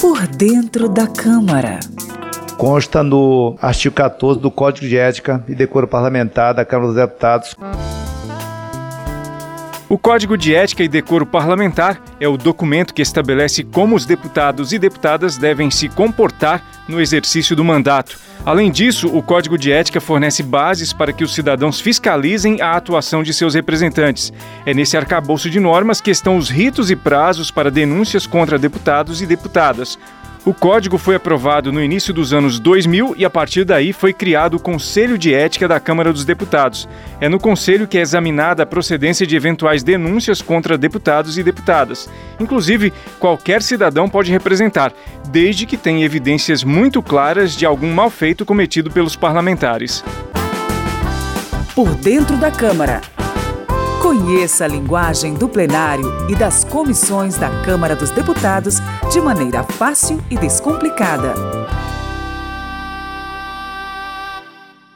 Por dentro da Câmara. Consta no artigo 14 do Código de Ética e Decoro Parlamentar da Câmara dos Deputados. O Código de Ética e Decoro Parlamentar é o documento que estabelece como os deputados e deputadas devem se comportar no exercício do mandato. Além disso, o Código de Ética fornece bases para que os cidadãos fiscalizem a atuação de seus representantes. É nesse arcabouço de normas que estão os ritos e prazos para denúncias contra deputados e deputadas. O Código foi aprovado no início dos anos 2000 e, a partir daí, foi criado o Conselho de Ética da Câmara dos Deputados. É no Conselho que é examinada a procedência de eventuais denúncias contra deputados e deputadas. Inclusive, qualquer cidadão pode representar, desde que tenha evidências muito claras de algum mal-feito cometido pelos parlamentares. Por dentro da Câmara. Conheça a linguagem do plenário e das comissões da Câmara dos Deputados de maneira fácil e descomplicada.